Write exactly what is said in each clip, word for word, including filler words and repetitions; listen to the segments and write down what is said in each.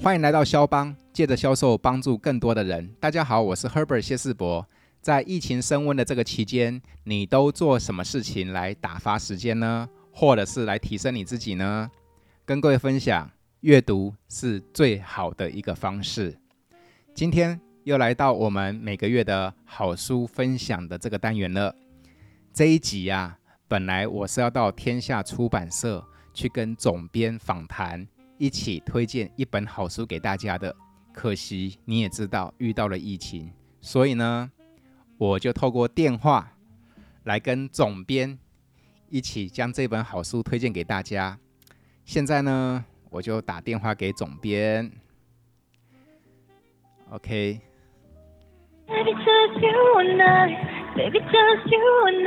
欢迎来到销帮，借着销售帮助更多的人。大家好，我是 Herbert 谢世博。在疫情升温的这个期间，你都做什么事情来打发时间呢？或者是来提升你自己呢？跟各位分享，阅读是最好的一个方式。今天又来到我们每个月的好书分享的这个单元了。这一集啊，本来我是要到天下出版社去跟总编访谈，一起推荐一本好书给大家的。可惜你也知道遇到了疫情，所以呢，我就透过电话来跟总编一起将这本好书推荐给大家。现在呢，我就打电话给总编。OK。Baby, just you and I, baby, just you and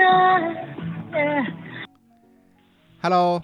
I. Hello,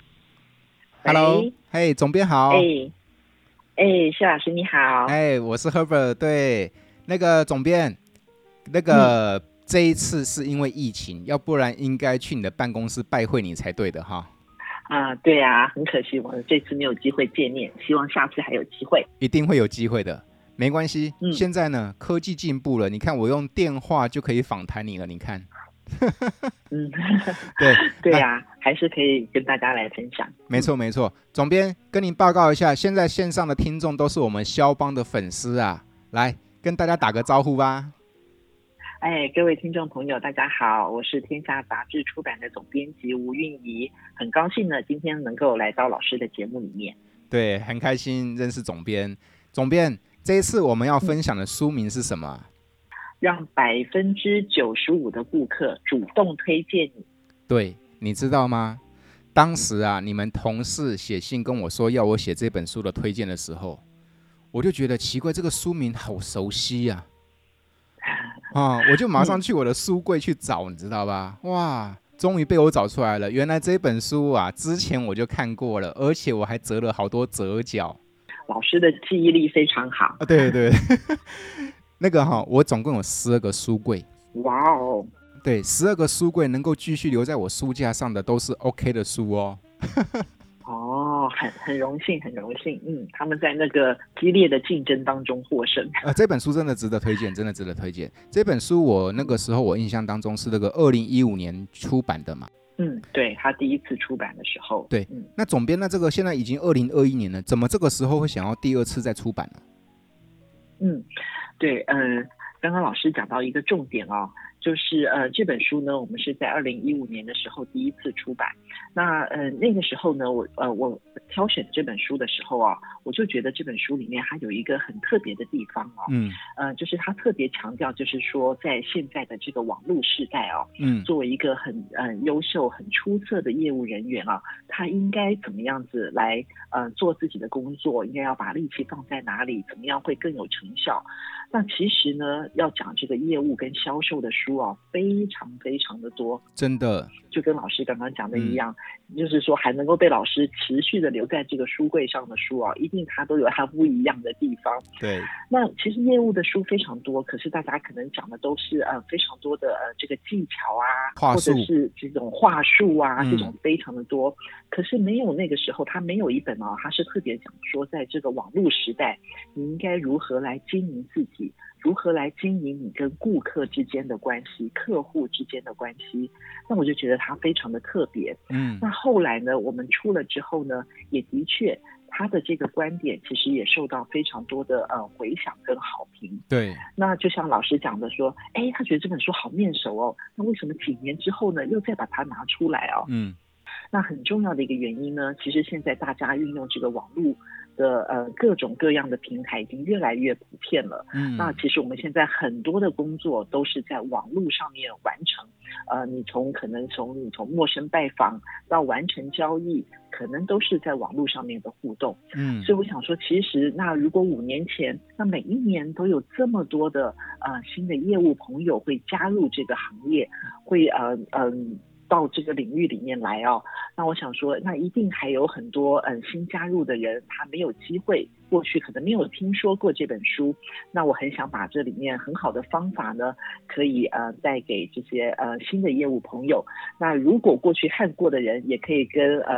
Hello, 嘿、hey, 总编好。 哎、hey, 哎，谢老师你好。 哎、hey, 我是 Herbert， 对，那个总编，那个、嗯、这一次是因为疫情，要不然应该去你的办公室拜会你才对的哈。 啊，对啊，很可惜我们这次没有机会见面，希望下次还有机会。 一定会有机会的。没关系、嗯，现在呢，科技进步了，你看我用电话就可以访谈你了，你看。 嗯， 对对啊，还是可以跟大家来分享。 没错没错，总编跟您报告一下，现在线上的听众都是我们销帮的粉丝啊，来跟大家打个招呼吧。 哎，各位听众朋友大家好，我是天下杂志出版的总编辑吴韵仪，很高兴呢今天能够来到老师的节目里面。 对，很开心认识总编。总编，这一次我们要分享的书名是什么？ 让百分之九十五的顾客主动推荐你。 对，你知道吗？当时啊，你们同事写信跟我说要我写这本书的推荐的时候，我就觉得奇怪，这个书名好熟悉啊！啊，我就马上去我的书柜去找，你知道吧？哇，终于被我找出来了！原来这本书啊，之前我就看过了，而且我还折了好多折角。 老师的记忆力非常好。 啊，对对对。那个哈、哦，我总共有十二个书柜。 哇哦！ 对，十二个书柜能够继续留在我书架上的都是 OK 的书哦。 哦，很很荣幸，很荣幸。嗯，他们在那个激烈的竞争当中获胜。 呃，这本书真的值得推荐，真的值得推荐。这本书我那个时候我印象当中是那个二零一五年出版的嘛。 嗯，对，他第一次出版的时候。 对，嗯、那总编，那这个现在已经二零二一年了，怎么这个时候会想要第二次再出版呢？ 嗯，对，嗯、呃，刚刚老师讲到一个重点哦，就是呃这本书呢，我们是在二零一五年的时候第一次出版。那呃那个时候呢，我呃我挑选这本书的时候啊，我就觉得这本书里面它有一个很特别的地方哦，嗯，呃就是它特别强调，就是说在现在的这个网络时代哦，嗯，作为一个很呃优秀、很出色的业务人员啊，他应该怎么样子来呃做自己的工作，应该要把力气放在哪里，怎么样会更有成效。那其实呢，要讲这个业务跟销售的书啊，非常非常的多，真的，就跟老师刚刚讲的一样，嗯、就是说还能够被老师持续的留在这个书柜上的书啊，一定它都有它不一样的地方。 对， 那其实业务的书非常多，可是大家可能讲的都是呃非常多的呃这个技巧啊，或者是这种话术啊，嗯、这种非常的多。可是没有那个时候，他没有一本啊，他是特别讲说，在这个网络时代，你应该如何来经营自己。如何来经营你跟顾客之间的关系，客户之间的关系，那我就觉得它非常的特别。嗯，那后来呢，我们出了之后呢，也的确他的这个观点其实也受到非常多的呃回响跟好评。 对， 那就像老师讲的说，哎，他觉得这本书好面熟哦，那为什么几年之后呢，又再把它拿出来哦？嗯，那很重要的一个原因呢，其实现在大家运用这个网络的呃各种各样的平台已经越来越普遍了。嗯，那其实我们现在很多的工作都是在网络上面完成。呃，你从可能从你从陌生拜访到完成交易，可能都是在网络上面的互动。嗯，所以我想说，其实那如果五年前，那每一年都有这么多的呃新的业务朋友会加入这个行业，会呃嗯。呃到这个领域里面来哦，那我想说，那一定还有很多嗯新加入的人，他没有机会，过去可能没有听说过这本书。那我很想把这里面很好的方法呢，可以呃带给这些呃新的业务朋友。那如果过去看过的人，也可以跟呃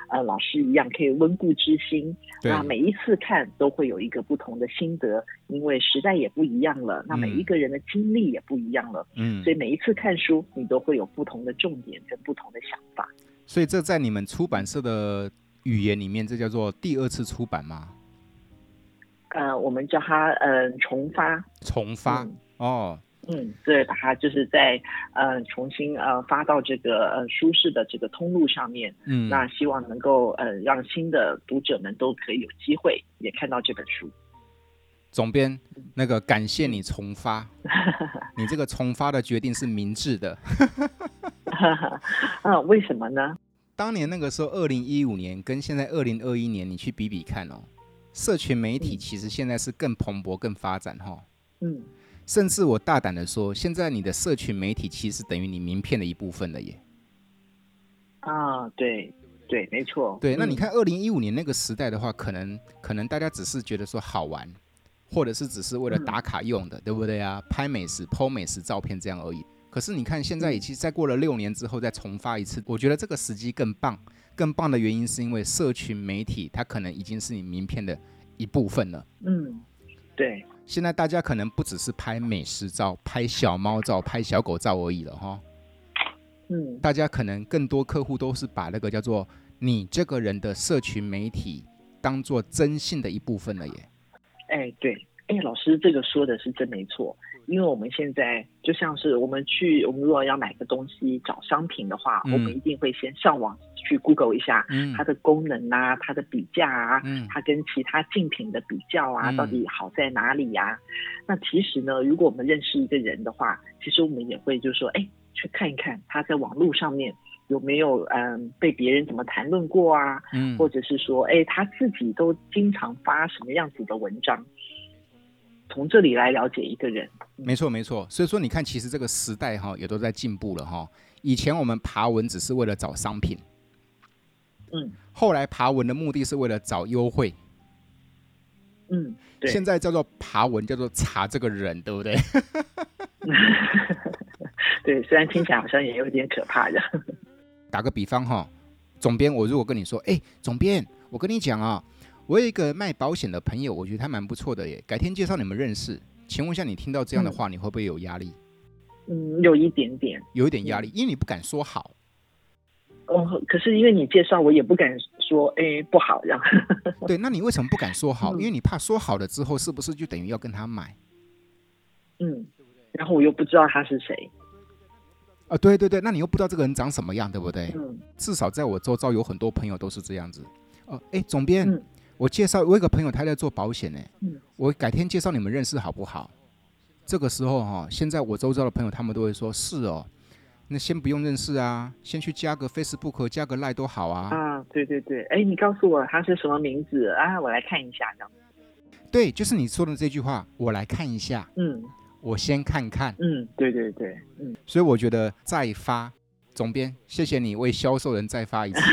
呃老师一样，可以温故知新。那每一次看都会有一个不同的心得，因为时代也不一样了，那每一个人的经历也不一样了，嗯，所以每一次看书你都会有不同的重点跟不同的想法。 所以这在你们出版社的语言里面，这叫做第二次出版吗？ 呃，我们叫它呃重发。 重发、嗯、哦。 嗯，对，把它就是在呃重新呃发到这个呃书市的这个通路上面。嗯，那希望能够呃让新的读者们都可以有机会也看到这本书。 总编，那个感谢你重发，你这个重发的决定是明智的。 啊，为什么呢？ 当年那个时候，二零一五年跟现在二零二一年，你去比比看哦，社群媒体其实现在是更蓬勃、更发展哈。嗯。甚至我大胆的说，现在你的社群媒体其实等于你名片的一部分了耶。 啊，对对，没错。 对，那你看二零一五年那个时代的话，可能可能大家只是觉得说好玩，或者是只是为了打卡用的，嗯、对不对啊？拍美食、po 美食照片这样而已。可是你看现在，其实再过了六年之后再重发一次，我觉得这个时机更棒。更棒的原因是因为社群媒体它可能已经是你名片的一部分了。 嗯，对。 现在大家可能不只是拍美食照、拍小猫照、拍小狗照而已了哈。嗯，大家可能更多客户都是把那个叫做你这个人的社群媒体当做征信的一部分了耶。 哎，对，哎，老师这个说的是真没错。因为我们现在就像是我们去，我们如果要买个东西找商品的话，嗯、我们一定会先上网去 Google 一下它的功能啊，它的比价啊，嗯、它跟其他竞品的比较啊，嗯、到底好在哪里呀、啊？那其实呢，如果我们认识一个人的话，其实我们也会就是说，哎，去看一看他在网络上面有没有嗯被别人怎么谈论过啊，嗯、或者是说，哎，他自己都经常发什么样子的文章。从这里来了解一个人。 没错没错，所以说你看其实这个时代哈也都在进步了哈。以前我们爬文只是为了找商品，嗯，后来爬文的目的是为了找优惠，嗯，对，现在叫做爬文叫做查这个人，对不对？ 对，虽然听起来好像也有点可怕的。 打个比方哈，总编，我如果跟你说，哎，总编，我跟你讲啊，我有一个卖保险的朋友，我觉得他蛮不错的耶，改天介绍你们认识。请问一下，你听到这样的话，嗯、你会不会有压力？ 嗯，有一点点， 有一点压力，因为你不敢说好。 哦，可是因为你介绍，我也不敢说，哎，不好这样。 对，那你为什么不敢说好？嗯、因为你怕说好了之后，是不是就等于要跟他买？ 嗯，然后我又不知道他是谁。 啊，对对对，那你又不知道这个人长什么样，对不对？嗯，至少在我周遭有很多朋友都是这样子。哦，哎，总编。嗯，我介绍我有一个朋友，他在做保险呢，嗯，我改天介绍你们认识好不好？这个时候哈、哦，现在我周遭的朋友他们都会说是哦，那先不用认识啊，先去加个 Facebook 加个 Line 都好啊。 啊，对对对，哎，你告诉我他是什么名字啊？我来看一下这样。 对，就是你说的这句话，我来看一下，嗯，我先看看， 嗯，对对对，嗯， 所以我觉得再发，总编，谢谢你为销售人再发一次。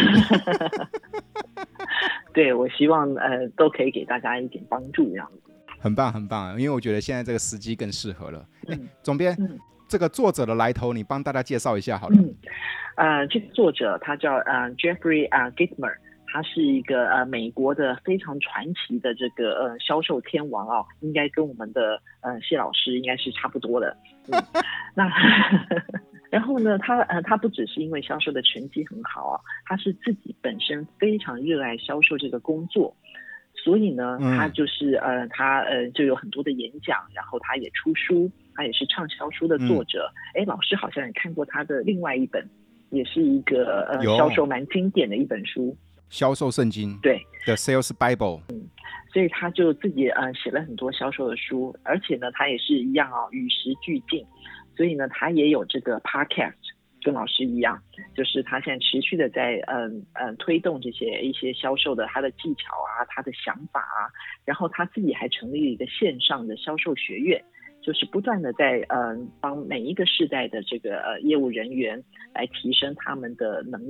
对，我希望呃都可以给大家一点帮助，这样子。 很棒，很棒，因为我觉得现在这个时机更适合了。嗯，总编、嗯，这个作者的来头，你帮大家介绍一下好了。 嗯，呃，这个作者他叫呃 Jeffrey 啊、呃、Gitomer， 他是一个呃美国的非常传奇的这个呃销售天王哦，应该跟我们的呃谢老师应该是差不多的。嗯、那。然后呢，他呃，他不只是因为销售的成绩很好啊，他是自己本身非常热爱销售这个工作，所以呢，嗯、他就是呃，他呃就有很多的演讲，然后他也出书，他也是畅销书的作者。哎、嗯，老师好像也看过他的另外一本，也是一个呃销售蛮经典的一本书， 销售圣经。 对 ，The Sales Bible。 嗯，所以他就自己呃写了很多销售的书，而且呢，他也是一样啊，与时俱进。所以呢，他也有这个 podcast， 跟老师一样，就是他现在持续的在嗯嗯推动这些一些销售的他的技巧啊，他的想法啊，然后他自己还成立了一个线上的销售学院，就是不断的在嗯帮每一个世代的这个呃业务人员来提升他们的能力。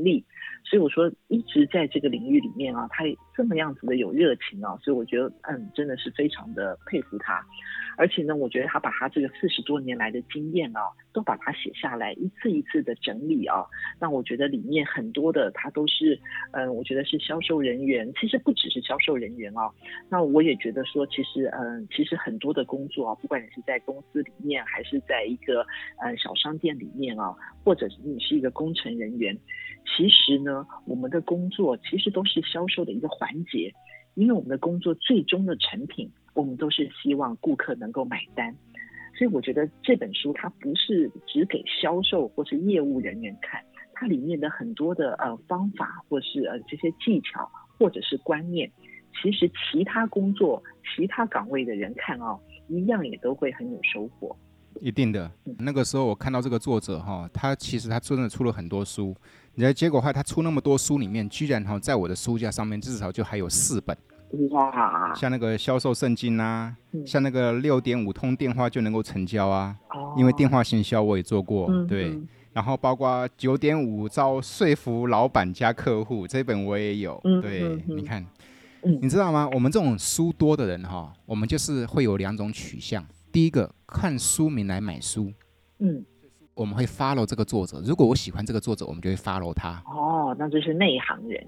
所以我说一直在这个领域里面啊，他这么样子的有热情啊，所以我觉得嗯，真的是非常的佩服他。而且呢，我觉得他把他这个四十多年来的经验啊，都把它写下来，一次一次的整理啊。那我觉得里面很多的他都是，嗯，我觉得是销售人员，其实不只是销售人员啊。那我也觉得说，其实嗯，其实很多的工作啊，不管你是在公司里面，还是在一个嗯小商店里面啊，或者是你是一个工程人员，其实呢，我们的工作其实都是销售的一个环节，因为我们的工作最终的成品，我们都是希望顾客能够买单。所以我觉得这本书它不是只给销售或是业务人员看，它里面的很多的呃方法或是呃这些技巧或者是观念，其实其他工作其他岗位的人看哦，一样也都会很有收获。 一定的，那个时候我看到这个作者哈，他其实他真的出了很多书，你的结果后来他出那么多书里面，居然哈在我的书架上面至少就还有四本。 哇！ 像那个销售圣经啊， 嗯、 像那个六点五通电话就能够成交啊，哦、因为电话行销我也做过，嗯、对。嗯、然后包括九点五招说服老板加客户，这本我也有，嗯、对，嗯、你看，嗯、你知道吗？我们这种书多的人哈，我们就是会有两种取向。第一个，看书名来买书，嗯，我们会 follow 这个作者。如果我喜欢这个作者，我们就会 follow 他。 哦，那就是内行人。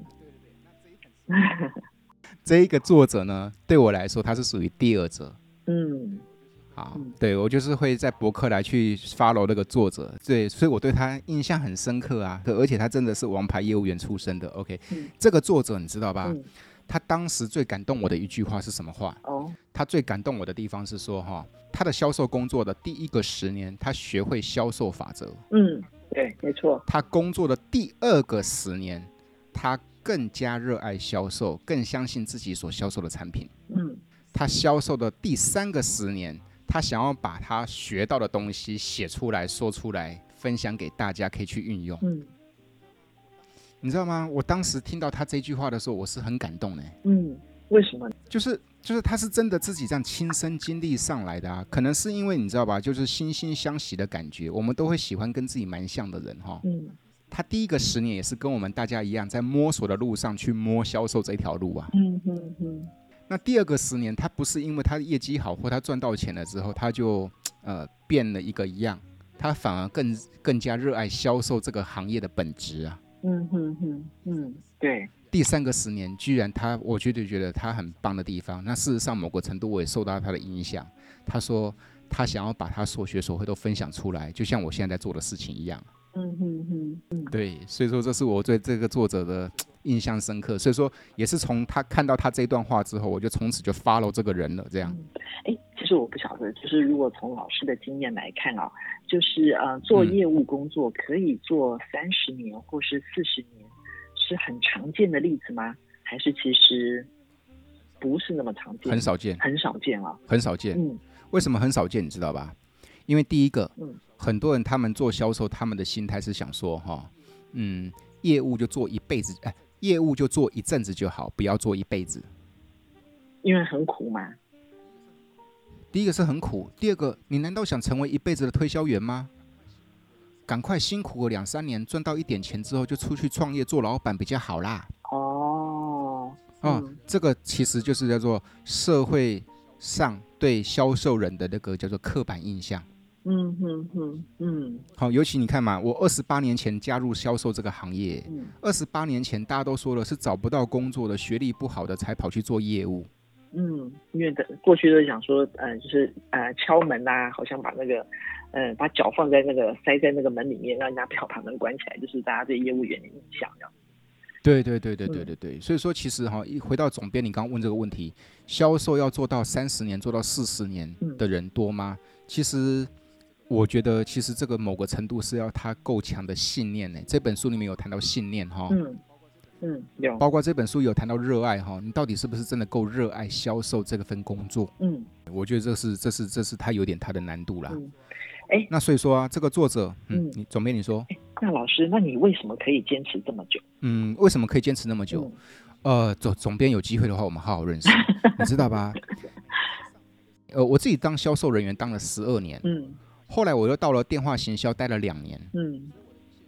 这一个作者呢，对我来说他是属于第二者。 嗯， 好，对，我就是会在博客来去 follow 那个作者，对，所以我对他印象很深刻啊。而且他真的是王牌业务员出身的。OK，、嗯、这个作者你知道吧？嗯、他当时最感动我的一句话是什么话？哦，他最感动我的地方是说哈，他的销售工作的第一个十年，他学会销售法则。 嗯，对，没错。 他工作的第二个十年，他更加热爱销售，更相信自己所销售的产品。嗯，他销售的第三个十年，他想要把他学到的东西写出来、说出来，分享给大家，可以去运用。嗯，你知道吗？我当时听到他这句话的时候，我是很感动的。 嗯，为什么？ 就是就是他是真的自己这样亲身经历上来的啊。可能是因为你知道吧，就是惺惺相惜的感觉，我们都会喜欢跟自己蛮像的人哈。嗯。他第一个十年也是跟我们大家一样，在摸索的路上去摸销售这条路啊。嗯嗯嗯。那第二个十年，他不是因为他业绩好或他赚到钱了之后，他就呃变了一个样，他反而更更加热爱销售这个行业的本质啊。 嗯嗯嗯嗯，对。 第三个十年，居然他，我绝对觉得他很棒的地方。那事实上，某个程度我也受到他的影响。他说他想要把他所学所会都分享出来，就像我现在在做的事情一样。嗯嗯嗯嗯，对，所以说这是我对这个作者的印象深刻。所以说也是从他看到他这段话之后，我就从此就 follow 这个人了。这样。 哎、嗯，其实我不晓得，就是如果从老师的经验来看啊，就是呃做业务工作可以做三十年或是四十年，是很常见的例子吗？还是其实不是那么常见？ 很少见， 很少见啊， 很少见。嗯，为什么很少见？你知道吧？因为第一个，嗯。很多人他们做销售，他们的心态是想说哈，嗯，业务就做一辈子，哎，业务就做一阵子就好，不要做一辈子， 因为很苦嘛。 第一个是很苦，第二个，你难道想成为一辈子的推销员吗？赶快辛苦个两三年，赚到一点钱之后，就出去创业做老板比较好啦。哦，哦、嗯，这个其实就是叫做社会上对销售人的那个叫做刻板印象。嗯嗯嗯嗯，好，尤其你看嘛，我二十八年前加入销售这个行业，二十八年前大家都说了是找不到工作的、学历不好的才跑去做业务。嗯， 因为过去都想说，呃，就是呃敲门啊，好像把那个，呃，把脚放在那个塞在那个门里面，让人家不要把门关起来，就是大家对业务员的印象这样。 对对对对对对对，嗯、所以说其实哈，一回到总编，你刚刚问这个问题，销售要做到三十年、做到四十年的人多吗？嗯、其实。我觉得其实这个某个程度是要他够强的信念呢。这本书里面有谈到信念哈， 嗯嗯，有， 包括这本书有谈到热爱哈，你到底是不是真的够热爱销售这份工作？嗯，我觉得这是这是这是他有点他的难度啦。嗯，哎，那所以说啊，这个作者，嗯，嗯你总编你说， 那老师，那你为什么可以坚持这么久？ 嗯，为什么可以坚持那么久？嗯、呃，总总编有机会的话，我们好好认识，你知道吧？呃，我自己当销售人员当了十二年，嗯。后来我又到了电话行销，待了两年。嗯，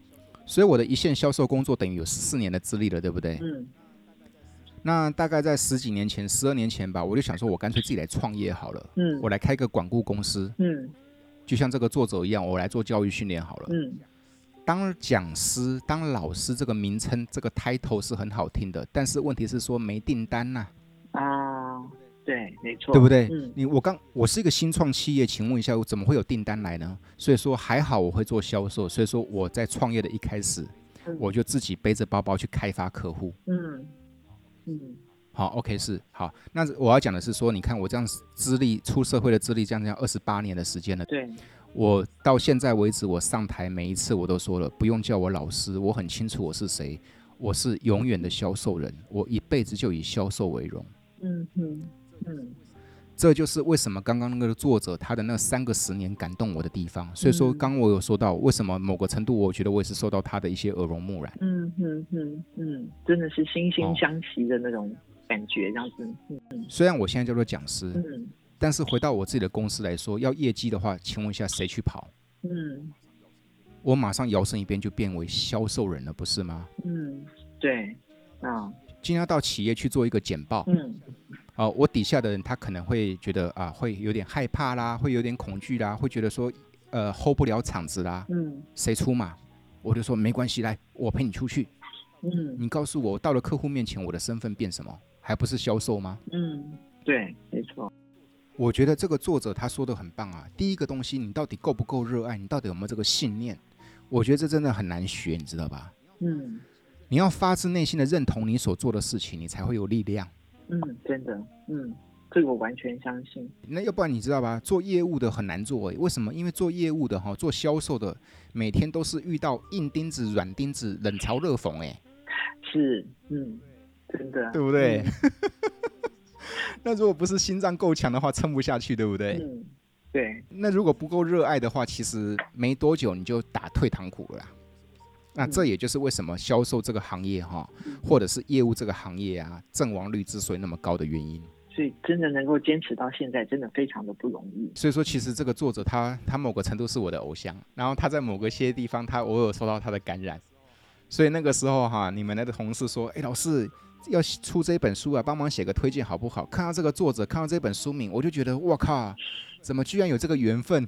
所以我的一线销售工作等于有十四年的资历了，对不对？ 嗯。 那大概在十几年前十二年前吧，我就想说我干脆自己来创业好了，嗯，我来开个管顾公司，嗯，就像这个作者一样，我来做教育训练好了，嗯，当讲师当老师这个名称这个 title 是很好听的，但是问题是说没订单呐、 啊，啊对，没错， 对不对？嗯，你我刚我是一个新创企业，请问一下，我怎么会有订单来呢？所以说还好我会做销售，所以说我在创业的一开始，嗯、我就自己背着包包去开发客户，嗯。嗯，好 ，OK， 是好。那我要讲的是说，你看我这样资历，出社会的资历，这样这样二十八年的时间了。 对， 我到现在为止，我上台每一次我都说了，不用叫我老师，我很清楚我是谁，我是永远的销售人，我一辈子就以销售为荣。嗯嗯嗯，这就是为什么刚刚那个作者他的那三个十年感动我的地方。所以说，刚刚我有说到，为什么某个程度，我觉得我也是受到他的一些耳濡目染。 嗯嗯嗯嗯，真的是惺惺相惜的那种感觉，这样子。嗯嗯。 虽然我现在叫做讲师，嗯，但是回到我自己的公司来说，要业绩的话，请问一下谁去跑？嗯，我马上摇身一变就变为销售人了，不是吗？ 嗯，对，啊， 今天要到企业去做一个简报，嗯。哦，我底下的人他可能会觉得啊，会有点害怕啦，会有点恐惧啦，会觉得说，呃，hold 不了场子啦。嗯，谁出马？我就说没关系，来，我陪你出去。嗯，你告诉我，到了客户面前，我的身份变什么？还不是销售吗？ 嗯，对，没错。 我觉得这个作者他说的很棒啊。第一个东西，你到底够不够热爱？你到底有没有这个信念？我觉得这真的很难学，你知道吧？嗯，你要发自内心的认同你所做的事情，你才会有力量。 嗯，真的，嗯，这个我完全相信。 那要不然你知道吧？做业务的很难做，为什么？因为做业务的哈，做销售的，每天都是遇到硬钉子、软钉子、冷嘲热讽，哎， 是，嗯，真的， 对不对？嗯、那如果不是心脏够强的话，撑不下去，对不对？ 嗯，对。 那如果不够热爱的话，其实没多久你就打退堂鼓了啦。那这也就是为什么销售这个行业哈，或者是业务这个行业啊，阵亡率之所以那么高的原因。 所以真的能够坚持到现在，真的非常的不容易。 所以说，其实这个作者他他某个程度是我的偶像，然后他在某个些地方，他我有受到他的感染。所以那个时候哈，你们那个同事说，哎，老师要出这本书啊，帮忙写个推荐好不好？看到这个作者，看到这本书名，我就觉得哇靠，怎么居然有这个缘分？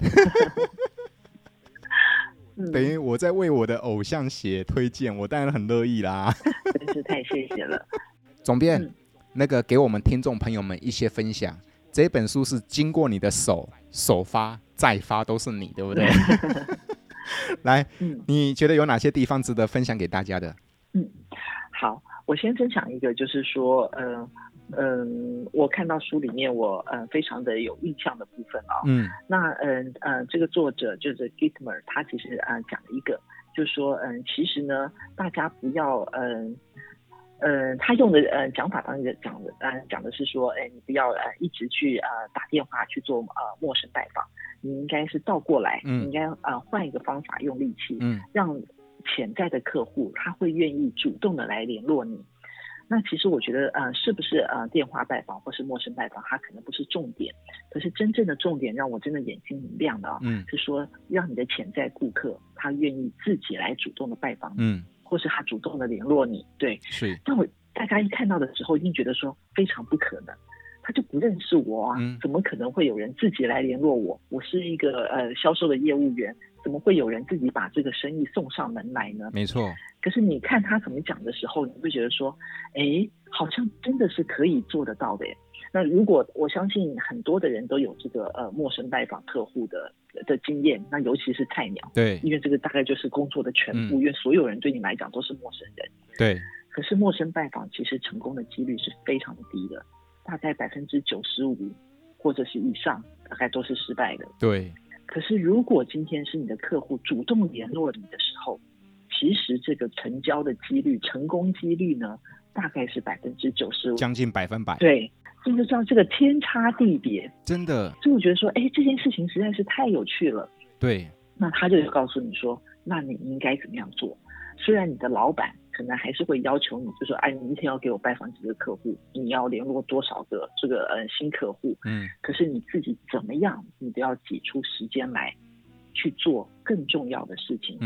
等于我在为我的偶像写推荐，我当然很乐意啦。 真是太谢谢了， 总编、嗯，那个给我们听众朋友们一些分享。这本书是经过你的手首发再发都是你，对不对？来、嗯，你觉得有哪些地方值得分享给大家的？ 嗯，好，我先分享一个，就是说，呃。嗯，我看到书里面我呃非常的有印象的部分啊、哦，嗯，那嗯 呃, 呃这个作者就是 Gitmer， 他其实啊、呃、讲了一个，就是说嗯、呃、其实呢大家不要嗯呃, 呃他用的呃讲法当然讲的呃讲的是说，哎你不要呃一直去呃打电话去做呃陌生拜访，你应该是倒过来，嗯，你应该呃换一个方法用力气，嗯，让潜在的客户他会愿意主动的来联络你。那其实我觉得，呃，是不是呃电话拜访或是陌生拜访，它可能不是重点，可是真正的重点让我真的眼睛一亮的啊、哦，嗯，是说让你的潜在顾客他愿意自己来主动的拜访你，嗯，或是他主动的联络你，对， 是。 但我大家一看到的时候，一定觉得说非常不可能，他就不认识我啊，嗯、怎么可能会有人自己来联络我？我是一个呃销售的业务员，怎么会有人自己把这个生意送上门来呢？ 没错。 可是你看他怎么讲的时候，你会觉得说，哎，好像真的是可以做得到的耶。那如果我相信很多的人都有这个呃陌生拜访客户的的经验，那尤其是菜鸟， 对， 因为这个大概就是工作的全部，嗯、因为所有人对你来讲都是陌生人， 对。 可是陌生拜访其实成功的几率是非常的低的，大概百分之九十五或者是以上，大概都是失败的。 对。 可是如果今天是你的客户主动联络你的时候，其实这个成交的几率、成功几率呢，大概是百分之九十五， 将近百分百。 对，这就叫这个天差地别， 真的。 所以我觉得说，哎，这件事情实在是太有趣了。 对， 那他就告诉你说，那你应该怎么样做？虽然你的老板可能还是会要求你，就说，哎，你一天要给我拜访几个客户，你要联络多少个这个呃新客户，嗯，可是你自己怎么样，你都要挤出时间来去做更重要的事情，嗯，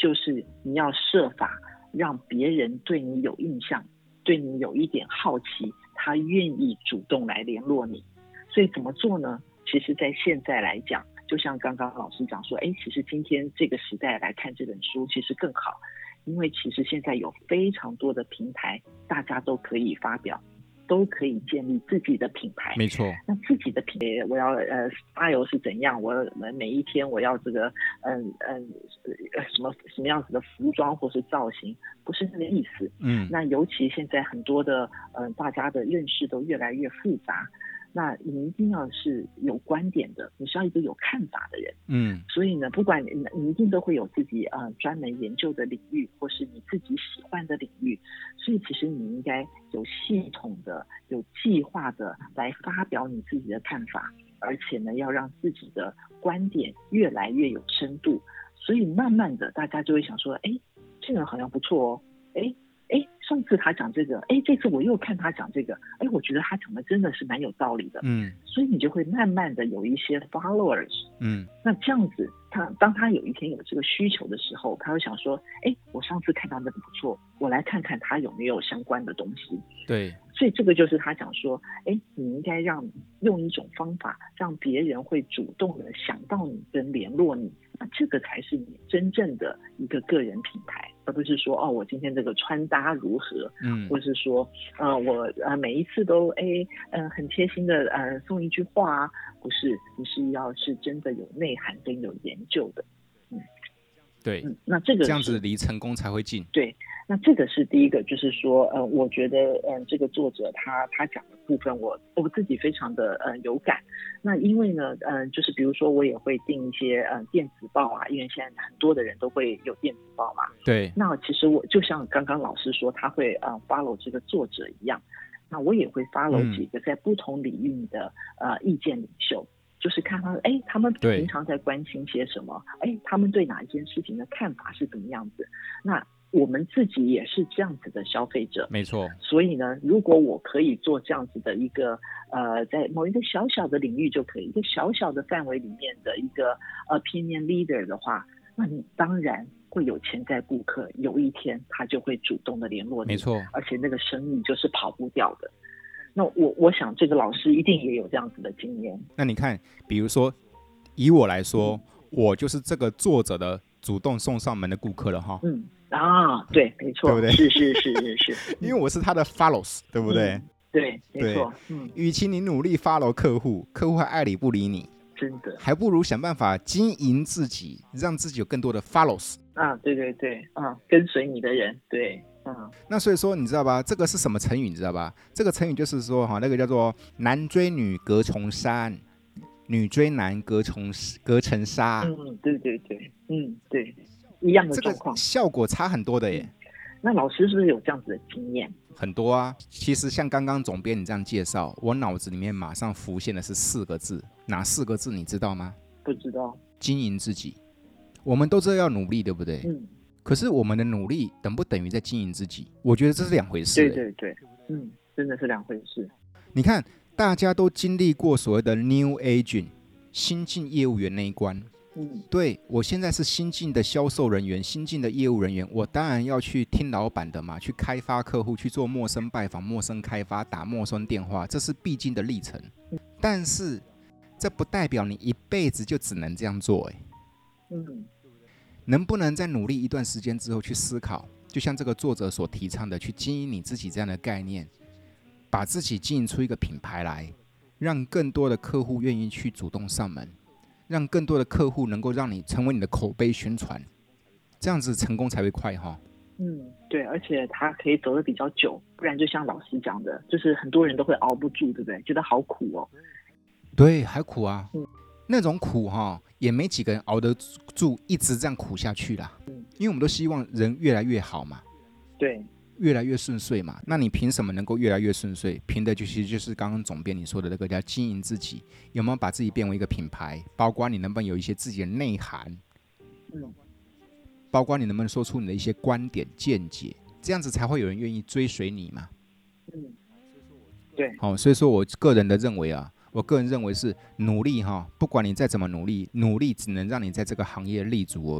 就是你要设法让别人对你有印象，对你有一点好奇，他愿意主动来联络你。所以怎么做呢？其实在现在来讲，就像刚刚老师讲说，哎，其实今天这个时代来看这本书其实更好，因为其实现在有非常多的平台，大家都可以发表，都可以建立自己的品牌。 没错。 那自己的品牌，我要呃 style 是怎样？我每一天我要这个嗯嗯呃什么什么样子的服装或是造型，不是那个意思。 嗯。 那尤其现在很多的嗯、呃、大家的认识都越来越复杂。那你一定要是有观点的，你是要一个有看法的人。 嗯， 所以呢，不管你你一定都会有自己呃专门研究的领域，或是你自己喜欢的领域。所以其实你应该有系统的、有计划的来发表你自己的看法，而且呢，要让自己的观点越来越有深度。所以慢慢的，大家就会想说，哎，这个人好像不错哦，哎。哎，上次他讲这个，哎，这次我又看他讲这个，哎，我觉得他讲的真的是蛮有道理的， 嗯， 所以你就会慢慢的有一些 followers， 嗯， 那这样子，他当他有一天有这个需求的时候，他会想说，哎，我上次看到那个不错，我来看看他有没有相关的东西， 对， 所以这个就是他讲说，哎，你应该让用一种方法，让别人会主动的想到你跟联络你，那这个才是你真正的一个个人品牌。而不是说哦，我今天这个穿搭如何，嗯，或是说，呃，我呃每一次都哎，嗯、呃，很贴心的呃送一句话啊，不是，你是要是真的有内涵跟有研究的，嗯， 对， 嗯，那这个这样子离成功才会近。 对，那这个是第一个，就是说，呃，我觉得，嗯、呃，这个作者他他讲的部分我，我我自己非常的呃有感。那因为呢，嗯、呃，就是比如说我也会订一些呃电子报啊，因为现在很多的人都会有电子报嘛。 对。 那其实我就像刚刚老师说，他会呃 follow 这个作者一样，那我也会 follow 几个在不同领域的、嗯、呃意见领袖。就是看他，哎，他们平常在关心些什么？哎，他们对哪一件事情的看法是怎么样子？那我们自己也是这样子的消费者， 没错。 所以呢，如果我可以做这样子的一个，呃，在某一个小小的领域就可以，一个小小的范围里面的一个 opinion leader 的话，那你当然会有潜在顾客，有一天他就会主动的联络你， 没错， 而且那个生意就是跑不掉的。那我我想这个老师一定也有这样子的经验。 那你看，比如说以我来说，嗯、我就是这个作者的主动送上门的顾客了哈。 嗯啊，对，没错， 对不对？ 是是是是是， 因为我是他的 follows， 对不对？ 嗯、对，没错。嗯， 与其你努力 follow 客户，客户还爱理不理你， 真的， 还不如想办法经营自己，让自己有更多的 follows。 啊，对对对，啊，跟随你的人，对。嗯， 那所以说你知道吧？这个是什么成语？你知道吧？这个成语就是说哈，那个叫做男追女隔重山，女追男隔重隔层纱。 嗯，对对对，嗯对，一样的状况， 这个效果差很多的耶。 嗯、那老师是不是有这样子的经验？ 很多啊，其实像刚刚总编你这样介绍，我脑子里面马上浮现的是四个字，哪四个字你知道吗？ 不知道。 经营自己。我们都知道要努力，对不对？嗯。可是我们的努力等不等于在经营自己？我觉得这是两回事。 对对对，嗯，真的是两回事。 你看，大家都经历过所谓的 New Agent 新进业务员那一关。嗯，对，我现在是新进的销售人员，新进的业务人员，我当然要去听老板的嘛，去开发客户，去做陌生拜访、陌生开发、打陌生电话，这是必经的历程。但是，这不代表你一辈子就只能这样做、欸。嗯。能不能在努力一段时间之后去思考，就像这个作者所提倡的，去经营你自己这样的概念，把自己经营出一个品牌来，让更多的客户愿意去主动上门，让更多的客户能够让你成为你的口碑宣传，这样子成功才会快哈。 嗯，对，而且他可以走得比较久，不然就像老师讲的，就是很多人都会熬不住，对不对？觉得好苦哦。 对，还苦啊。嗯，那种苦哈。也没几个人熬得住，一直这样苦下去啦。因为我们都希望人越来越好嘛， 对， 越来越顺遂嘛。那你凭什么能够越来越顺遂？凭的就其实就是刚刚总编你说的那个叫经营自己，有没有把自己变为一个品牌？包括你能不能有一些自己的内涵，嗯，包括你能不能说出你的一些观点见解，这样子才会有人愿意追随你嘛。 嗯，对。 好、哦，所以说我个人的认为啊。我个人认为是努力哈，不管你再怎么努力，努力只能让你在这个行业立足而已。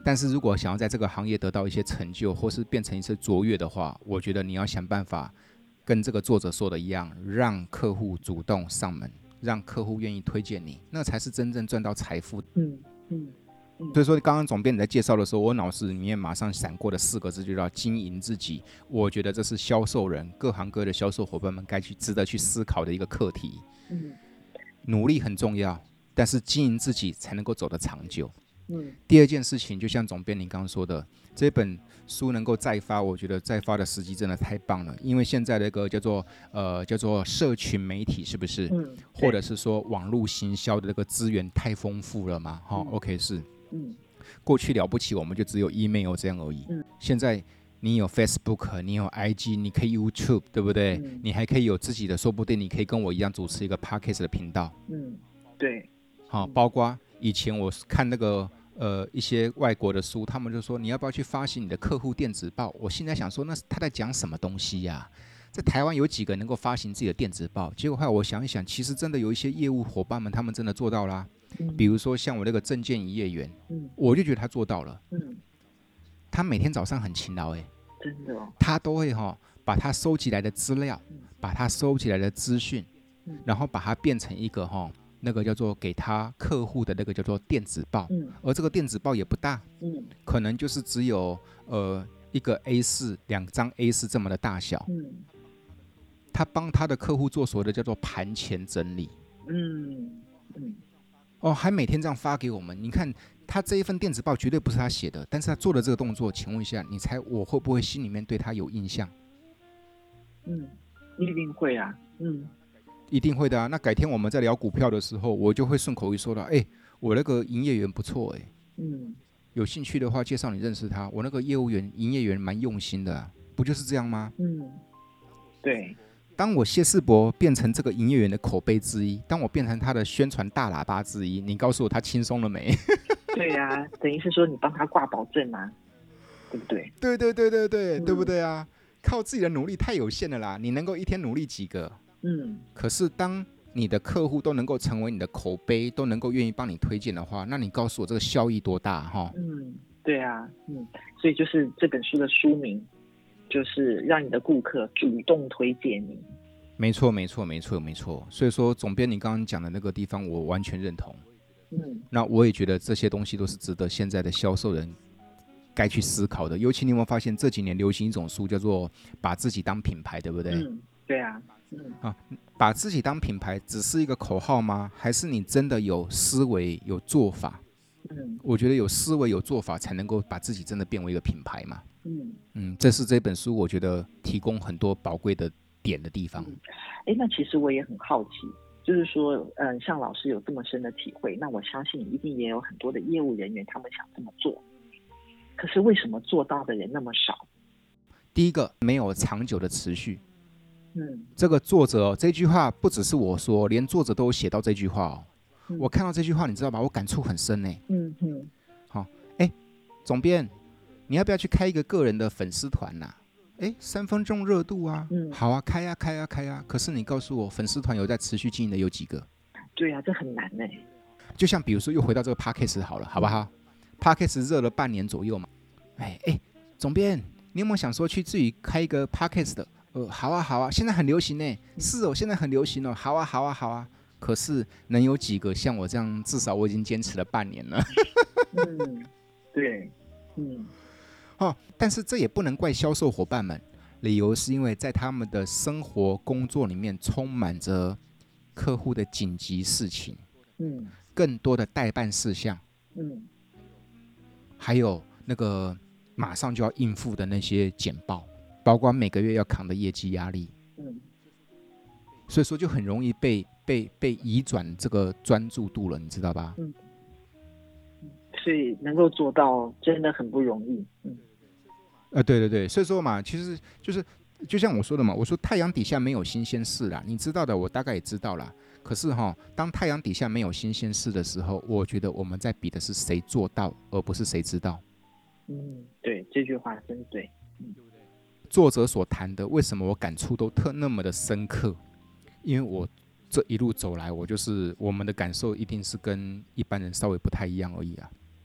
但是如果想要在这个行业得到一些成就，或是变成一次卓越的话，我觉得你要想办法跟这个作者说的一样，让客户主动上门，让客户愿意推荐你，那才是真正赚到财富。 嗯嗯。 所以说刚刚总编你在介绍的时候，我脑子里面马上闪过的四个字就叫经营自己。我觉得这是销售人各行各业的销售伙伴们该去值得去思考的一个课题。 嗯， 努力很重要，但是经营自己才能够走得长久。 嗯， 第二件事情就像总编你刚刚说的，这本书能够再发，我觉得再发的时机真的太棒了，因为现在的一个叫做呃叫做社群媒体是不是、 嗯、 或者是说网络行销的这个资源太丰富了嘛、哦嗯、 OK 是嗯， 过去了不起我们就只有 email 这样而已、 嗯、 现在你有 Facebook 你有 I G 你可以 YouTube 对不对、嗯、你还可以有自己的，说不定你可以跟我一样主持一个 Podcast 的频道。 嗯，对， 好、包括以前我看那个呃一些外国的书，他们就说你要不要去发行你的客户电子报，我现在想说那他在讲什么东西呀、啊？在台湾有几个能够发行自己的电子报？结果后来我想一想，其实真的有一些业务伙伴们他们真的做到啦、嗯、比如说像我那个证件营业员、嗯、我就觉得他做到了、嗯、他每天早上很勤劳、欸、 真的、哦、 他都会、哦、把他收集来的资料、嗯、把他收集来的资讯、嗯、然后把它变成一个、哦那个叫做给他客户的那个叫做电子报、嗯、而这个电子报也不大、嗯、可能就是只有呃一个 A 四 两张 A 四 这么的大小、嗯、他帮他的客户做所谓的叫做盘前整理、嗯嗯、哦，还每天这样发给我们。你看他这一份电子报绝对不是他写的，但是他做的这个动作，请问一下，你猜我会不会心里面对他有印象？ 嗯，一定会啊，嗯。 一定会的啊！那改天我们在聊股票的时候，我就会顺口一说了，哎、欸，我那个营业员不错，哎、欸，嗯，有兴趣的话介绍你认识他。我那个业务员、营业员蛮用心的、啊，不就是这样吗？ 嗯，对。 当我谢世博变成这个营业员的口碑之一，当我变成他的宣传大喇叭之一，你告诉我他轻松了没？ 对呀、啊，等于是说你帮他挂保证啊，对不对？ 对对对对对，嗯、对不对啊？靠自己的努力太有限了啦，你能够一天努力几个？嗯，可是当你的客户都能够成为你的口碑，都能够愿意帮你推荐的话，那你告诉我这个效益多大哈？ 嗯，对啊，嗯，所以就是这本书的书名，就是让你的顾客主动推荐你。 没错，没错，没错，没错。所以说，总编你刚刚讲的那个地方，我完全认同。嗯，那我也觉得这些东西都是值得现在的销售人该去思考的。尤其你有没有发现这几年流行一种书叫做把自己当品牌，对不对？ 嗯，对啊。 嗯啊，把自己当品牌只是一个口号吗？还是你真的有思维有做法？嗯，我觉得有思维有做法才能够把自己真的变为一个品牌嘛。嗯嗯，这是这本书我觉得提供很多宝贵的点的地方。 哎、嗯，那其实我也很好奇，就是说，嗯，像老师有这么深的体会，那我相信一定也有很多的业务人员他们想这么做，可是为什么做到的人那么少？ 第一个，没有长久的持续。 嗯， 这个作者、哦、这句话不只是我说，连作者都有写到这句话哦。嗯、我看到这句话，你知道吧？我感触很深呢。 嗯嗯， 好，哎，总编，你要不要去开一个个人的粉丝团呐、啊？哎，三分钟热度啊，嗯，好啊，开啊开啊开啊。可是你告诉我，粉丝团有在持续经营的有几个？ 对啊，这很难呢。 就像比如说，又回到这个 Podcast 好了，好不好 ？Podcast 热了半年左右嘛。哎哎，总编，你有没有想说去自己开一个 Podcast 的？呃，好啊，好啊，现在很流行呢。是哦，现在很流行哦。好啊，好啊，好啊。可是能有几个像我这样？至少我已经坚持了半年了。 嗯，对，嗯， 哦，但是这也不能怪销售伙伴们，理由是因为在他们的生活工作里面充满着客户的紧急事情，嗯，更多的代办事项，嗯，还有那个马上就要应付的那些简报。包括每个月要扛的业绩压力，嗯，所以说就很容易被被被移转这个专注度了，你知道吧？ 嗯，所以能够做到真的很不容易，嗯， 呃，对对对，所以说嘛，其实就是就像我说的嘛，我说太阳底下没有新鲜事啦，你知道的，我大概也知道啦。可是哈，当太阳底下没有新鲜事的时候，我觉得我们在比的是谁做到，而不是谁知道。 嗯，对，这句话真对，嗯。 作者所谈的，为什么我感触都特那么的深刻？因为我这一路走来，我就是我们的感受一定是跟一般人稍微不太一样而已啊。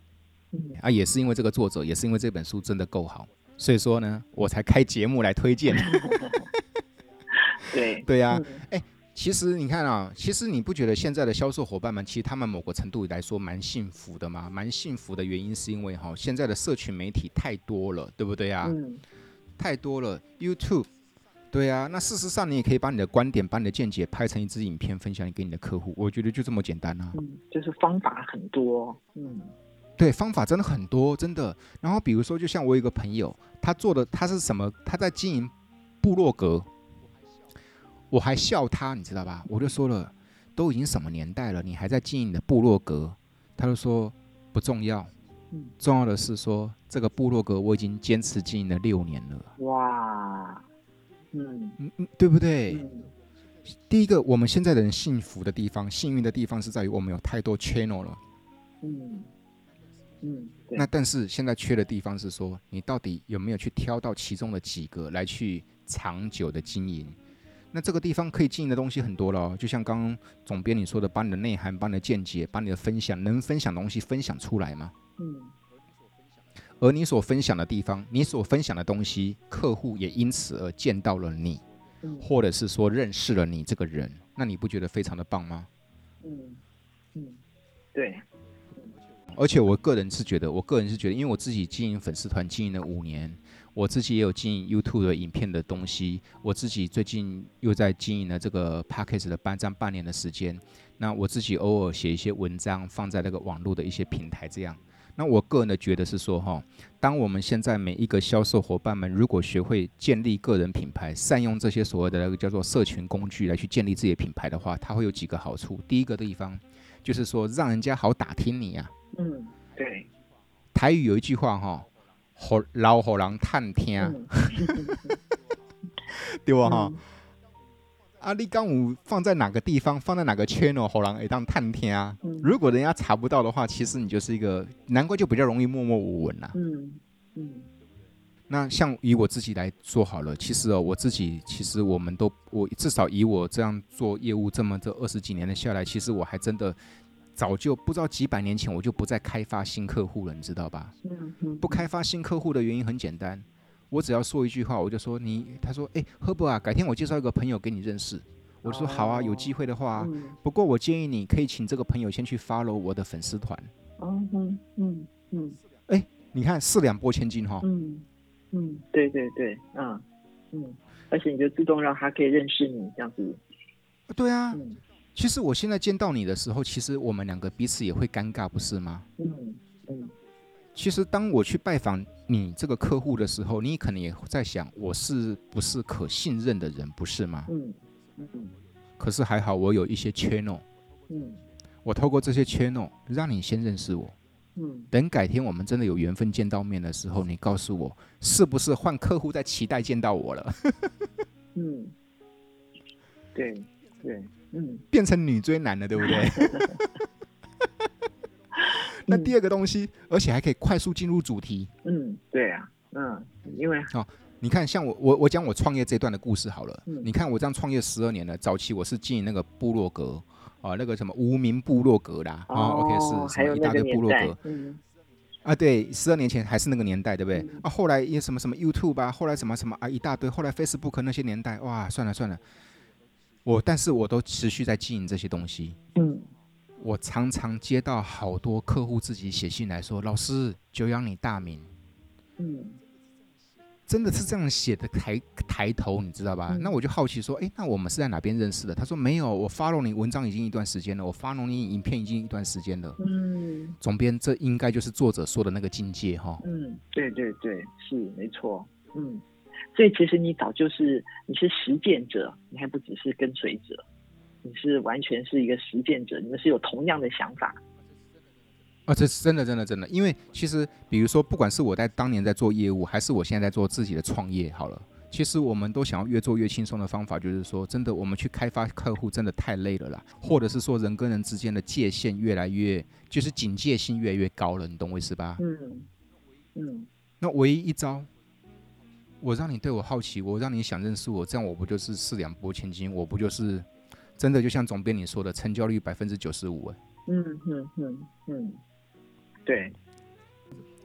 嗯啊，也是因为这个作者，也是因为这本书真的够好，所以说呢，我才开节目来推荐。 对对呀、啊，哎、嗯。其实你看啊，其实你不觉得现在的销售伙伴们，其实他们某个程度来说蛮幸福的吗？蛮幸福的原因是因为哈，现在的社群媒体太多了，对不对啊？ 嗯， 太多了 ，YouTube， 对啊。那事实上你也可以把你的观点、把你的见解拍成一支影片，分享给你的客户。我觉得就这么简单啊。 嗯，就是方法很多，嗯， 对，方法真的很多，真的。然后比如说，就像我有一个朋友，他做的他是什么？他在经营部落格。我还笑他，你知道吧？我就说了，都已经什么年代了，你还在经营你的部落格？他就说不重要，重要的是说这个部落格我已经坚持经营了六年了。 哇，嗯嗯，对不对？ 嗯、 第一个，我们现在的人幸福的地方、幸运的地方是在于我们有太多 channel 了。 嗯嗯， 那但是现在缺的地方是说，你到底有没有去挑到其中的几个来去长久的经营？那这个地方可以经营的东西很多了、哦，就像刚刚总编你说的，把你的内涵、把你的见解、把你的分享能分享的东西分享出来嘛。 嗯。 而你所分享的地方，你所分享的东西，客户也因此而见到了你，嗯、或者是说认识了你这个人，那你不觉得非常的棒吗？ 嗯嗯，对。 而且我个人是觉得，我个人是觉得，因为我自己经营粉丝团经营了五年。我自己也有经营 YouTube 的影片的东西，我自己最近又在经营了这个 Podcast 的半占半年的时间。那我自己偶尔写一些文章，放在那个网络的一些平台，这样。那我个人的觉得是说，哈，当我们现在每一个销售伙伴们，如果学会建立个人品牌，善用这些所谓的那个叫做社群工具来去建立自己的品牌的话，它会有几个好处。第一个地方就是说，让人家好打听你啊。 嗯，对。 台语有一句话哈。老给人探听，嗯、对吧？哈、嗯，啊，你刚有放在哪个地方，放在哪个 channel， 给人会当探听啊？嗯、如果人家查不到的话，其实你就是一个，难怪就比较容易默默无闻啦。嗯嗯。那像以我自己来说好了，其实哦，我自己其实我们都，我至少以我这样做业务这么这二十几年的下来，其实我还真的。早就不知道几百年前我就不再开发新客户了，你知道吧？不开发新客户的原因很简单，我只要说一句话，我就说你，他说，哎、欸，赫伯啊，改天我介绍一个朋友给你认识，我说好啊，有机会的话、啊嗯，不过我建议你可以请这个朋友先去 follow 我的粉丝团。嗯嗯嗯嗯，哎、欸，你看四两拨千斤哈。 嗯嗯，对对对，嗯嗯，而且你就自动让他可以认识你这样子。 对啊。嗯，其实我现在见到你的时候，其实我们两个彼此也会尴尬，不是吗？嗯嗯。其实当我去拜访你这个客户的时候，你可能也在想，我是不是可信任的人，不是吗？嗯嗯。可是还好，我有一些 channel， 嗯，我透过这些 channel 让你先认识我，嗯，等改天我们真的有缘分见到面的时候，你告诉我是不是换客户在期待见到我了？ 嗯，对对。嗯， 变成女追男了，对不对？那第二个东西，而且还可以快速进入主题。 嗯，对啊，嗯，因为哦，你看，像我我我讲我创业这段的故事好了。嗯、你看我这样创业十二年了，早期我是经营那个部落格啊，那个什么无名部落格啦，啊、哦、，OK 是什么一大堆部落格。嗯。啊，对，十二年前还是那个年代，对不对？嗯、啊，后来也什么什么 YouTube 啊，后来什么什么啊一大堆，后来 Facebook 那些年代，哇，算了算了。我但是我都持续在经营这些东西。嗯，我常常接到好多客户自己写信来说：“老师，久仰你大名。”嗯，真的是这样写的抬抬头，你知道吧？嗯、那我就好奇说：“哎，那我们是在哪边认识的？”他说：“没有，我 follow 你文章已经一段时间了，我 follow 你影片已经一段时间了。”嗯，总编，这应该就是作者说的那个境界哈。 嗯，对对对，是没错。嗯。所以其实你早就是你是实践者，你还不只是跟随者，你是完全是一个实践者，你们是有同样的想法。 啊，这是真的真的真的，因为其实比如说，不管是我在当年在做业务，还是我现在在做自己的创业，好了，其实我们都想要越做越轻松的方法，就是说，真的我们去开发客户真的太累了啦，或者是说人跟人之间的界限越来越，就是警戒性越来越高了，你懂我意思吧？嗯嗯。那唯一一招。我让你对我好奇，我让你想认识我，这样我不就是四两拨千斤？我不就是真的就像总编你说的，成交率百分之九十五？ 嗯嗯嗯嗯，对。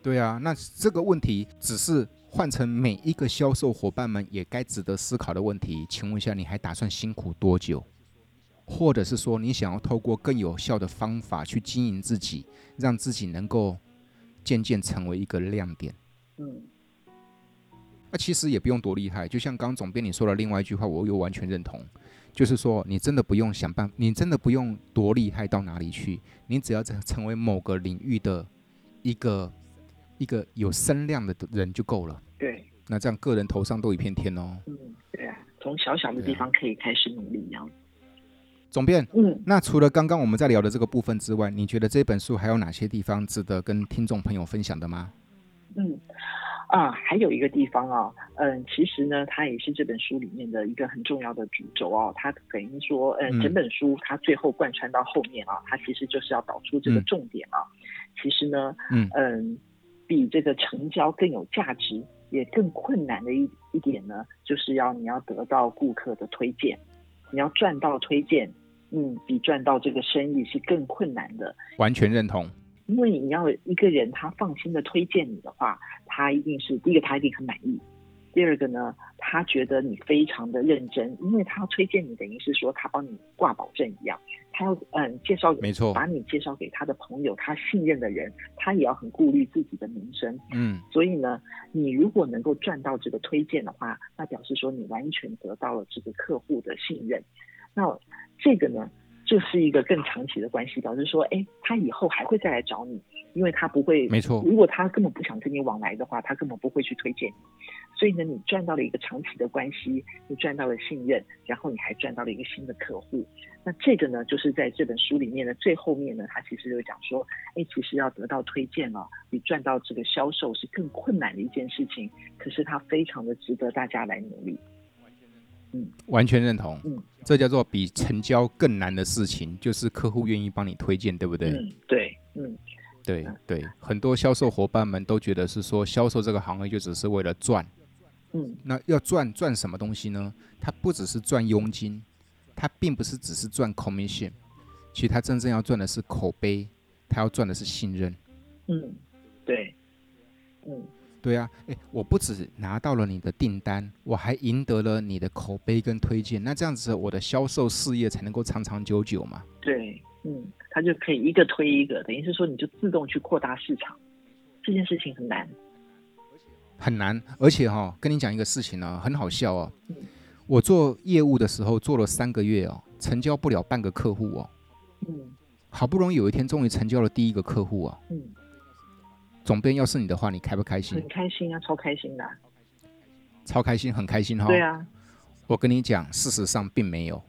对啊，那这个问题只是换成每一个销售伙伴们也该值得思考的问题。请问一下，你还打算辛苦多久？或者是说，你想要透过更有效的方法去经营自己，让自己能够渐渐成为一个亮点？嗯，那其实也不用多厉害，就像刚刚总编你说的另外一句话，我又完全认同，就是说你真的不用想办法，你真的不用多厉害到哪里去，你只要成为某个领域的一个一个有声量的人就够了。 对， 那这样个人头上都一片天哦。 嗯，对啊，从小小的地方可以开始努力，这样。 总编， 嗯， 那除了刚刚我们在聊的这个部分之外，你觉得这本书还有哪些地方值得跟听众朋友分享的吗？ 嗯，啊，还有一个地方啊，嗯，其实呢，它也是这本书里面的一个很重要的主轴哦。它等于说，嗯，整本书它最后贯穿到后面啊，它其实就是要导出这个重点啊。嗯、其实呢，嗯嗯，比这个成交更有价值，也更困难的一一点呢，就是要你要得到顾客的推荐，你要赚到推荐。嗯，比赚到这个生意是更困难的。 完全认同。 因为你要一个人他放心的推荐你的话，他一定是第一个他一定很满意，第二个呢，他觉得你非常的认真，因为他要推荐你，等于是说他帮你挂保证一样，他要嗯介绍， 没错， 把你介绍给他的朋友，他信任的人，他也要很顾虑自己的名声。嗯，所以呢，你如果能够赚到这个推荐的话，那表示说你完全得到了这个客户的信任。那这个呢，就是一个更长期的关系，表示说，哎，他以后还会再来找你，因为他不会， 没错， 如果他根本不想跟你往来的话，他根本不会去推荐你。所以呢，你赚到了一个长期的关系，你赚到了信任，然后你还赚到了一个新的客户。那这个呢，就是在这本书里面的最后面呢，他其实就讲说，哎，其实要得到推荐哦，比赚到这个销售是更困难的一件事情，可是它非常的值得大家来努力。 嗯，完全认同。嗯，这叫做比成交更难的事情，就是客户愿意帮你推荐，对不对？ 嗯，对，嗯， 对对，很多销售伙伴们都觉得是说，销售这个行业就只是为了赚。嗯，那要赚赚什么东西呢？它不只是赚佣金，它并不是只是赚 commission， 其实它真正要赚的是口碑，它要赚的是信任。 嗯，对，嗯。 对啊，哎，我不只拿到了你的订单，我还赢得了你的口碑跟推荐，那这样子我的销售事业才能够长长久久嘛。 对，嗯，他就可以一个推一个，等于是说你就自动去扩大市场，这件事情很难， 很难，而且哈、哦，跟你讲一个事情呢，很好笑哦。嗯、我做业务的时候做了三个月哦，成交不了半个客户哦。嗯，好不容易有一天终于成交了第一个客户啊。嗯。总编，要是你的话，你开不开心？ 很开心啊，超开心的、啊， 超开心，很开心哈、哦。 对啊， 我跟你讲，事实上并没有。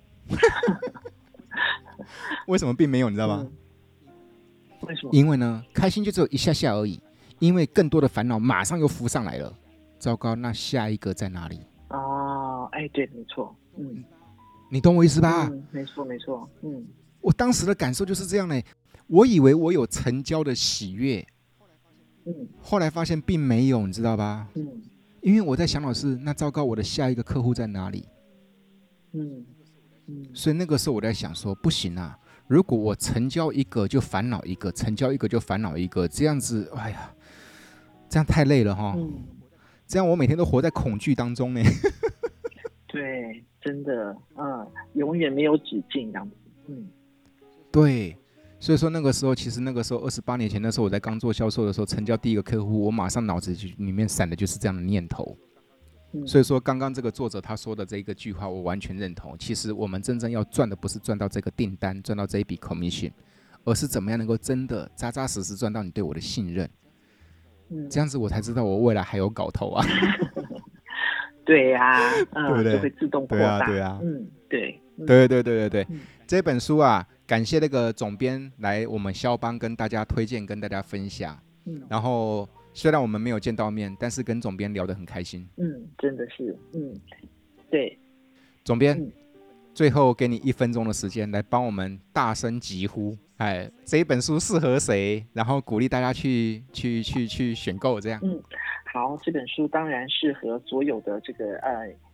为什么并没有？你知道吗、嗯？ 为什么？ 因为呢，开心就只有一下下而已，因为更多的烦恼马上又浮上来了。糟糕，那下一个在哪里？ 哦，哎，对，没错，嗯， 你懂我意思吧？ 嗯，没错，没错，嗯， 我当时的感受就是这样嘞，我以为我有成交的喜悦。嗯，后来发现并没有，你知道吧？嗯，因为我在想的是，那糟糕，我的下一个客户在哪里？嗯嗯，所以那个时候我在想说，不行啊！如果我成交一个就烦恼一个，成交一个就烦恼一个，这样子，哎呀，这样太累了哈。嗯，这样我每天都活在恐惧当中呢。 对，真的，嗯，永远没有止境这样子。嗯， 对。所以说那个时候，其实那个时候二十八年前，那时候我在刚做销售的时候，成交第一个客户，我马上脑子里面闪的就是这样的念头。嗯、所以说，刚刚这个作者他说的这一个句话，我完全认同。其实我们真正要赚的不是赚到这个订单，赚到这一笔 commission， 而是怎么样能够真的扎扎实实赚到你对我的信任。嗯、这样子我才知道我未来还有搞头啊。 对呀、啊，嗯，对不对？就会自动扩大。 对啊，对啊， 嗯，对， 嗯、对对对对对，嗯、这本书啊。感谢那个总编来我们肖邦跟大家推荐，跟大家分享。嗯，然后虽然我们没有见到面，但是跟总编聊得很开心。 嗯，真的是，嗯，对。 总编，嗯、最后给你一分钟的时间来帮我们大声疾呼，哎，这一本书适合谁？然后鼓励大家去去去去选购，这样。 嗯，好，这本书当然适合所有的这个呃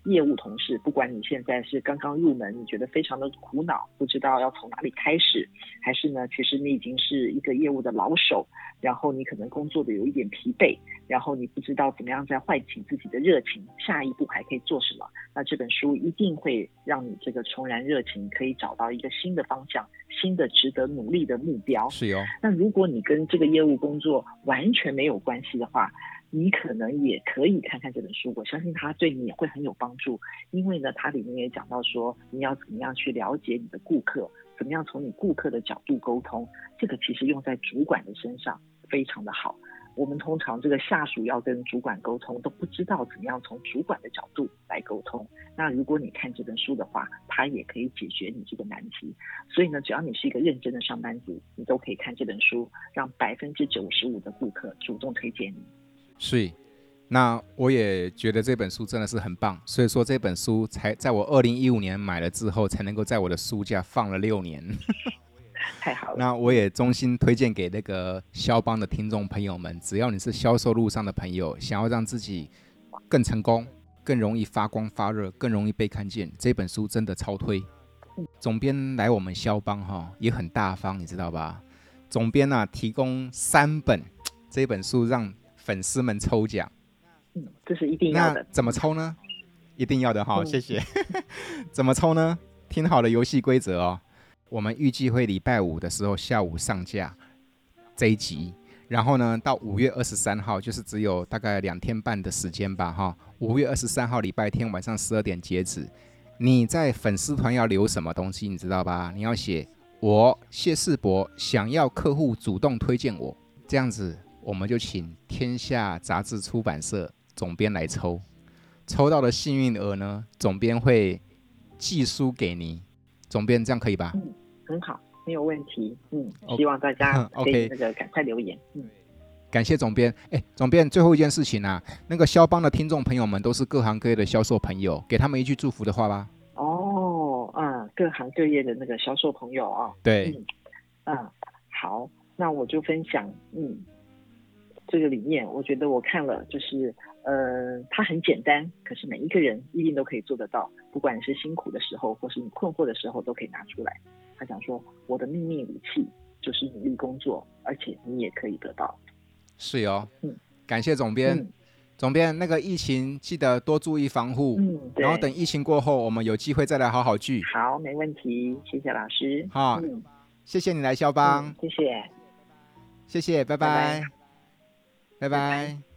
业务同事，不管你现在是刚刚入门，你觉得非常的苦恼，不知道要从哪里开始，还是呢，其实你已经是一个业务的老手，然后你可能工作的有一点疲惫，然后你不知道怎么样再唤醒自己的热情，下一步还可以做什么，那这本书一定会让你这个重燃热情，可以找到一个新的方向，新的值得努力的目标。 是哟。 那如果你跟这个业务工作完全没有关系的话，你可能也可以看看这本书，我相信它对你也会很有帮助。因为呢，它里面也讲到说，你要怎么样去了解你的顾客，怎么样从你顾客的角度沟通，这个其实用在主管的身上非常的好。我们通常这个下属要跟主管沟通，都不知道怎么样从主管的角度来沟通。那如果你看这本书的话，它也可以解决你这个难题。所以呢，只要你是一个认真的上班族，你都可以看这本书，让百分之九十五的顾客主动推荐你。 是，那我也觉得这本书真的是很棒，所以说这本书才在我二零一五年买了之后，才能够在我的书架放了六年。 太好了。 那我也衷心推荐给那个销帮的听众朋友们，只要你是销售路上的朋友，想要让自己更成功，更容易发光发热，更容易被看见，这本书真的超推。总编来我们销帮哈也很大方，你知道吧？总编啊提供三本这本书让粉丝们抽奖。 嗯，这是一定要的。 那怎么抽呢？一定要的哈、嗯，谢谢。怎么抽呢？听好了游戏规则哦。我们预计会礼拜五的时候下午上架这一集，然后呢，到五月二十三号，就是只有大概两天半的时间吧哈。五月二十三号礼拜天晚上十二点截止。你在粉丝团要留什么东西，你知道吧？你要写我谢世博想要客户主动推荐我，这样子我们就请天下杂志出版社总编来抽，抽到的幸运儿呢，总编会寄书给你。总编这样可以吧？ 嗯，很好，没有问题。嗯，希望大家可以那个赶快留言。嗯， 感谢总编。哎，总编，最后一件事情啊，那个销帮的听众朋友们都是各行各业的销售朋友，给他们一句祝福的话吧。 哦，嗯，各行各业的那个销售朋友啊、哦。 对。 嗯，嗯，好，那我就分享，嗯，这个理念，我觉得我看了，就是，呃，它很简单，可是每一个人一定都可以做得到，不管是辛苦的时候，或是你困惑的时候，都可以拿出来。他讲说，我的秘密武器就是努力工作，而且你也可以得到。 是哦， 嗯， 感谢总编。嗯、总编，那个疫情记得多注意防护，嗯，然后等疫情过后，我们有机会再来好好聚。 好，没问题，谢谢老师。 好，嗯，谢谢你来销帮、 嗯，谢谢， 谢谢，拜拜。拜拜。拜拜。